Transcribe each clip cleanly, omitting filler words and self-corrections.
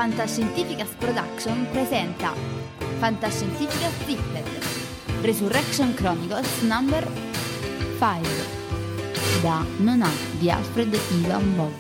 Fantascientificas Production presenta Fantascientificas Zippet Resurrection Chronicles Number 5 da Nona di Alfred Ivan Bob.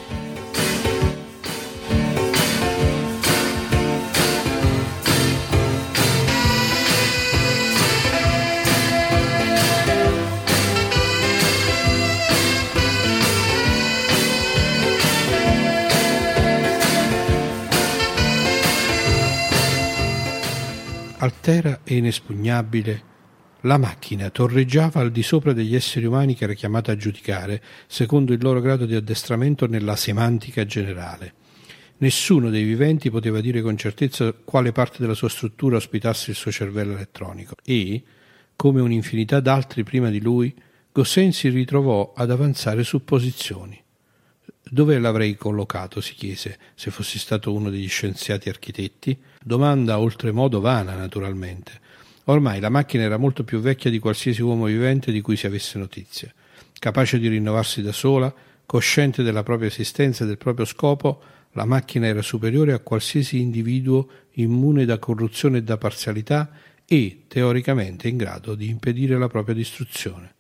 Altera e inespugnabile, la macchina torreggiava al di sopra degli esseri umani che era chiamata a giudicare secondo il loro grado di addestramento nella semantica generale. Nessuno dei viventi poteva dire con certezza quale parte della sua struttura ospitasse il suo cervello elettronico e, come un'infinità d'altri prima di lui, Gossein si ritrovò ad avanzare supposizioni. Dove l'avrei collocato, si chiese, se fossi stato uno degli scienziati architetti? Domanda oltremodo vana, naturalmente. Ormai la macchina era molto più vecchia di qualsiasi uomo vivente di cui si avesse notizia. Capace di rinnovarsi da sola, cosciente della propria esistenza e del proprio scopo, la macchina era superiore a qualsiasi individuo immune da corruzione e da parzialità e, teoricamente, in grado di impedire la propria distruzione.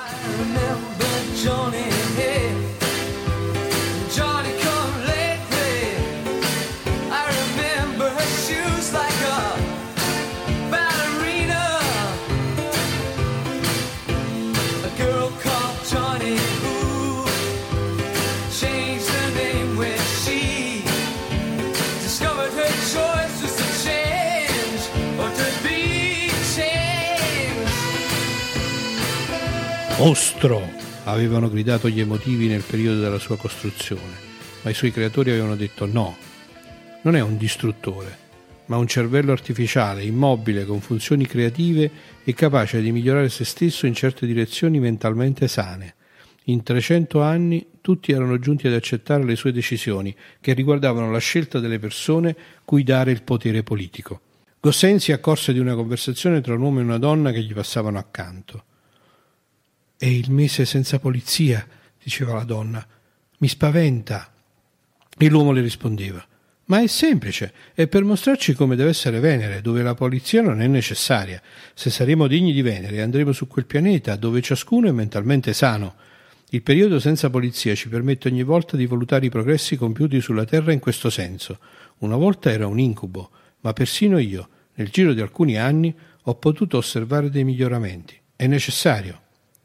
Mostro! Avevano gridato gli emotivi nel periodo della sua costruzione, ma i suoi creatori avevano detto no. Non è un distruttore, ma un cervello artificiale, immobile, con funzioni creative e capace di migliorare se stesso in certe direzioni mentalmente sane. In 300 anni tutti erano giunti ad accettare le sue decisioni, che riguardavano la scelta delle persone cui dare il potere politico. Gossein si accorse di una conversazione tra un uomo e una donna che gli passavano accanto. «È il mese senza polizia», diceva la donna. «Mi spaventa». E l'uomo le rispondeva: «Ma è semplice, è per mostrarci come deve essere Venere, dove la polizia non è necessaria. Se saremo degni di Venere andremo su quel pianeta dove ciascuno è mentalmente sano. Il periodo senza polizia ci permette ogni volta di valutare i progressi compiuti sulla Terra in questo senso. Una volta era un incubo, ma persino io, nel giro di alcuni anni, ho potuto osservare dei miglioramenti. È necessario».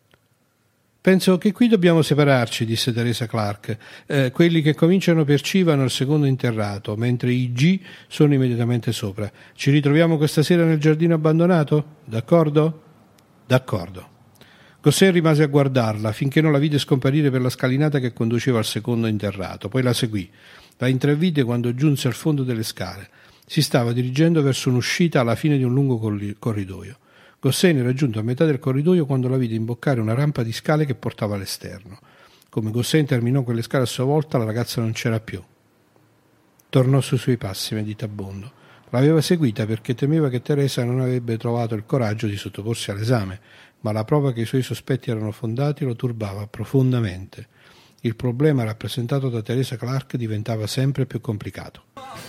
«Penso che qui dobbiamo separarci», disse Teresa Clark. «Quelli che cominciano per C vanno al secondo interrato, mentre i G sono immediatamente sopra. Ci ritroviamo questa sera nel giardino abbandonato? D'accordo?» «D'accordo». Gossein rimase a guardarla finché non la vide scomparire per la scalinata che conduceva al secondo interrato. Poi la seguì. La intravide quando giunse al fondo delle scale. Si stava dirigendo verso un'uscita alla fine di un lungo corridoio. Gossein era giunto a metà del corridoio quando la vide imboccare una rampa di scale che portava all'esterno. Come Gossein terminò quelle scale a sua volta, la ragazza non c'era più. Tornò sui suoi passi meditabondo. L'aveva seguita perché temeva che Teresa non avrebbe trovato il coraggio di sottoporsi all'esame, ma la prova che i suoi sospetti erano fondati lo turbava profondamente. Il problema rappresentato da Teresa Clark diventava sempre più complicato.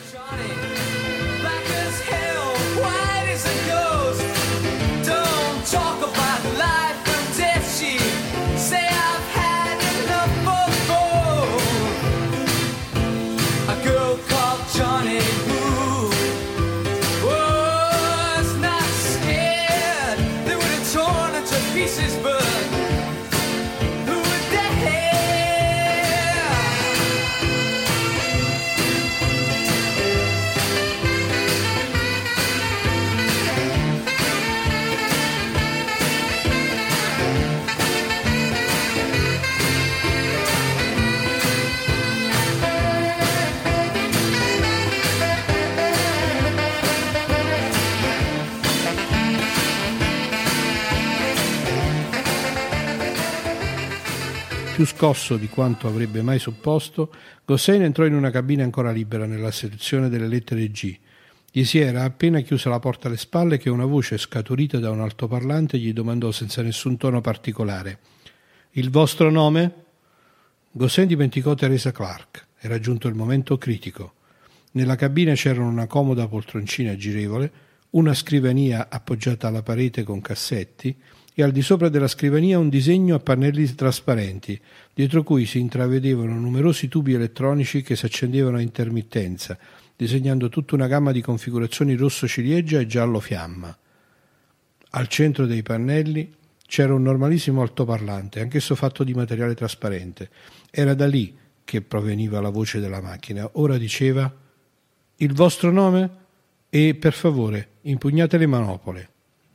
Più scosso di quanto avrebbe mai supposto, Gossein entrò in una cabina ancora libera nella sezione delle lettere G. Gli si era appena chiusa la porta alle spalle che una voce scaturita da un altoparlante gli domandò senza nessun tono particolare: «Il vostro nome?» Gossein dimenticò Teresa Clark. Era giunto il momento critico. Nella cabina c'erano una comoda poltroncina girevole, una scrivania appoggiata alla parete con cassetti e al di sopra della scrivania un disegno a pannelli trasparenti, dietro cui si intravedevano numerosi tubi elettronici che si accendevano a intermittenza, disegnando tutta una gamma di configurazioni rosso ciliegia e giallo fiamma. Al centro dei pannelli c'era un normalissimo altoparlante, anch'esso fatto di materiale trasparente. Era da lì che proveniva la voce della macchina. Ora diceva: «Il vostro nome? E, per favore, impugnate le manopole».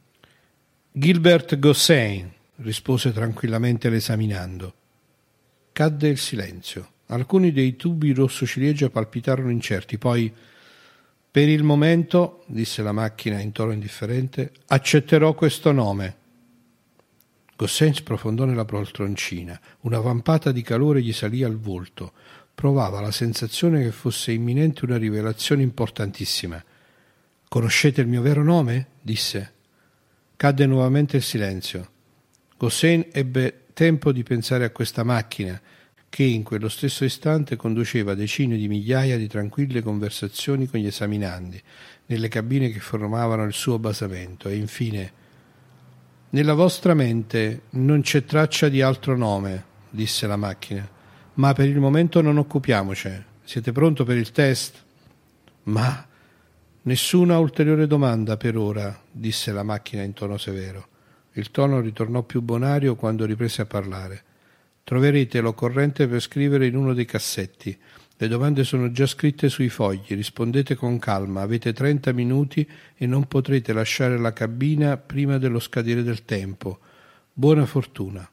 «Gilbert Gossain», rispose tranquillamente l'esaminando. Cadde il silenzio. Alcuni dei tubi rosso ciliegia palpitarono incerti, poi: «Per il momento», disse la macchina in tono indifferente, «accetterò questo nome». Gossain sprofondò nella poltroncina. Una vampata di calore gli salì al volto. Provava la sensazione che fosse imminente una rivelazione importantissima. «Conoscete il mio vero nome?» disse. Cadde nuovamente il silenzio. Gossain ebbe tempo di pensare a questa macchina che in quello stesso istante conduceva decine di migliaia di tranquille conversazioni con gli esaminandi nelle cabine che formavano il suo basamento e infine: «Nella vostra mente non c'è traccia di altro nome», disse la macchina, «ma per il momento non occupiamocene. Siete pronto per il test?» «Ma nessuna ulteriore domanda per ora», disse la macchina in tono severo. Il tono ritornò più bonario quando riprese a parlare. «Troverete l'occorrente per scrivere in uno dei cassetti. Le domande sono già scritte sui fogli, rispondete con calma, avete 30 minuti e non potrete lasciare la cabina prima dello scadere del tempo. Buona fortuna».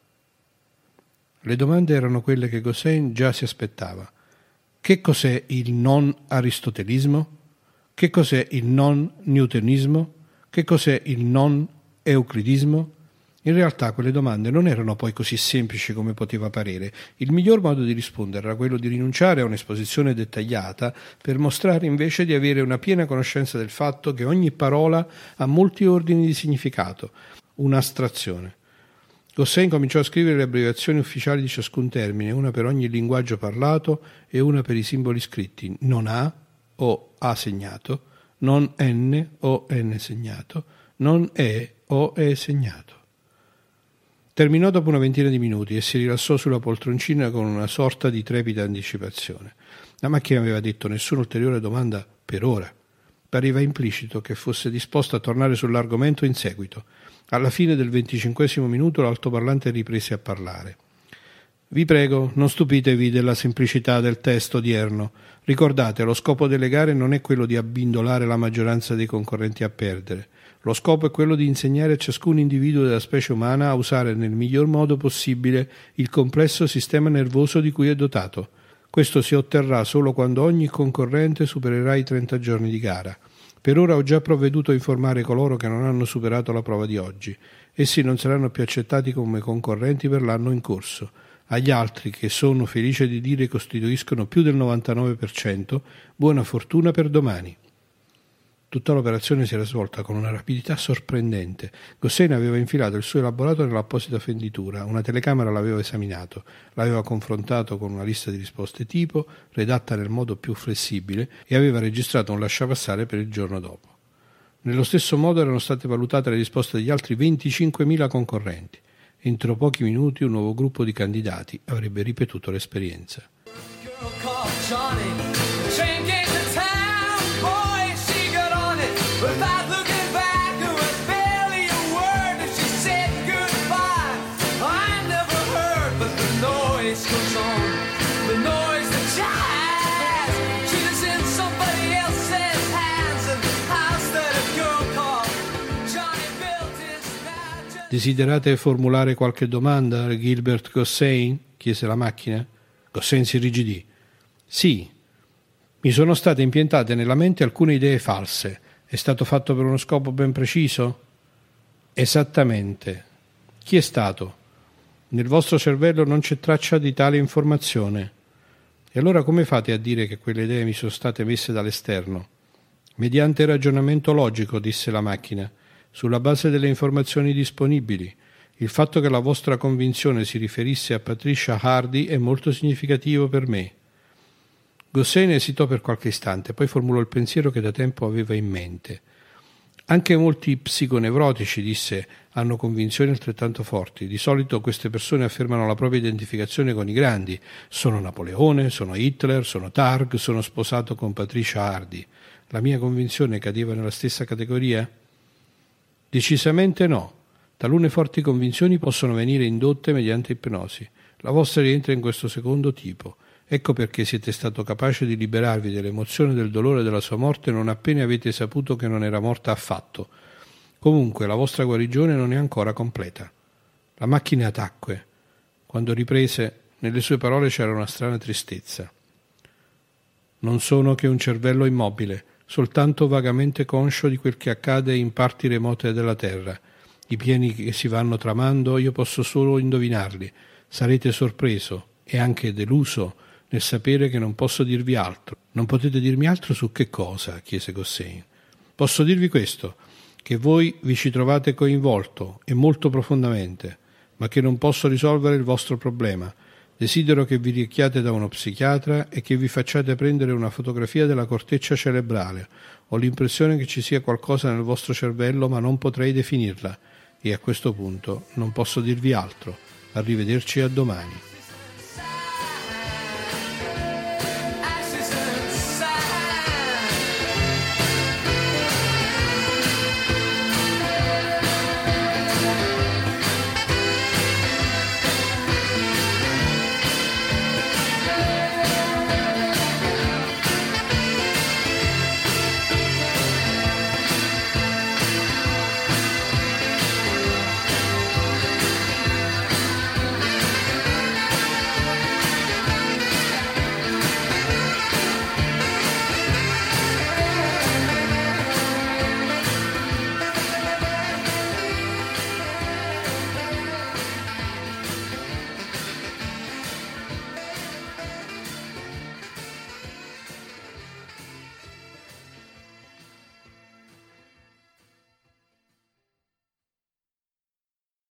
Le domande erano quelle che Gossain già si aspettava. Che cos'è il non aristotelismo? Che cos'è il non newtonismo? Che cos'è il non euclidismo? In realtà quelle domande non erano poi così semplici come poteva parere. Il miglior modo di rispondere era quello di rinunciare a un'esposizione dettagliata per mostrare invece di avere una piena conoscenza del fatto che ogni parola ha molti ordini di significato, un'astrazione. Gossain cominciò a scrivere le abbreviazioni ufficiali di ciascun termine, una per ogni linguaggio parlato e una per i simboli scritti: non A o A segnato, non N o N segnato, non E o E segnato. Terminò dopo una ventina di minuti e si rilassò sulla poltroncina con una sorta di trepida anticipazione. La macchina aveva detto nessuna ulteriore domanda per ora. Pareva implicito che fosse disposto a tornare sull'argomento in seguito. Alla fine del 25° minuto l'altoparlante riprese a parlare. «Vi prego, non stupitevi della semplicità del test odierno. Ricordate, lo scopo delle gare non è quello di abbindolare la maggioranza dei concorrenti a perdere. Lo scopo è quello di insegnare a ciascun individuo della specie umana a usare nel miglior modo possibile il complesso sistema nervoso di cui è dotato. Questo si otterrà solo quando ogni concorrente supererà i 30 giorni di gara. Per ora ho già provveduto a informare coloro che non hanno superato la prova di oggi. Essi non saranno più accettati come concorrenti per l'anno in corso. Agli altri, che sono felice di dire costituiscono più del 99%, buona fortuna per domani». Tutta l'operazione si era svolta con una rapidità sorprendente. Gossain aveva infilato il suo elaborato nell'apposita fenditura, una telecamera l'aveva esaminato, l'aveva confrontato con una lista di risposte tipo, redatta nel modo più flessibile, e aveva registrato un lasciapassare per il giorno dopo. Nello stesso modo erano state valutate le risposte degli altri 25.000 concorrenti. Entro pochi minuti un nuovo gruppo di candidati avrebbe ripetuto l'esperienza. «Desiderate formulare qualche domanda, Gilbert Gossain?» chiese la macchina. Gossain si irrigidì. «Sì, mi sono state impiantate nella mente alcune idee false. È stato fatto per uno scopo ben preciso?» «Esattamente. Chi è stato?» «Nel vostro cervello non c'è traccia di tale informazione». «E allora come fate a dire che quelle idee mi sono state messe dall'esterno?» «Mediante ragionamento logico», disse la macchina, «sulla base delle informazioni disponibili. Il fatto che la vostra convinzione si riferisse a Patricia Hardy è molto significativo per me». Gossein esitò per qualche istante, poi formulò il pensiero che da tempo aveva in mente. Anche molti psiconevrotici, disse, hanno convinzioni altrettanto forti. Di solito queste persone affermano la propria identificazione con i grandi. Sono Napoleone, sono Hitler, sono Targ, sono sposato con Patricia Hardy. La mia convinzione cadeva nella stessa categoria? Decisamente no. Talune forti convinzioni possono venire indotte mediante ipnosi. La vostra rientra in questo secondo tipo. Ecco perché siete stato capace di liberarvi dell'emozione del dolore della sua morte non appena avete saputo che non era morta affatto. Comunque la vostra guarigione non è ancora completa. La macchina tacque. Quando riprese, nelle sue parole c'era una strana tristezza. Non sono che un cervello immobile, soltanto vagamente conscio di quel che accade in parti remote della terra. I piani che si vanno tramando io posso solo indovinarli. Sarete sorpreso e anche deluso nel sapere che non posso dirvi altro. Non potete dirmi altro su che cosa? Chiese Gossein. Posso dirvi questo, che voi vi ci trovate coinvolto e molto profondamente, ma che non posso risolvere il vostro problema. Desidero che vi richiate da uno psichiatra e che vi facciate prendere una fotografia della corteccia cerebrale. Ho l'impressione che ci sia qualcosa nel vostro cervello, ma non potrei definirla. E a questo punto non posso dirvi altro. Arrivederci a domani.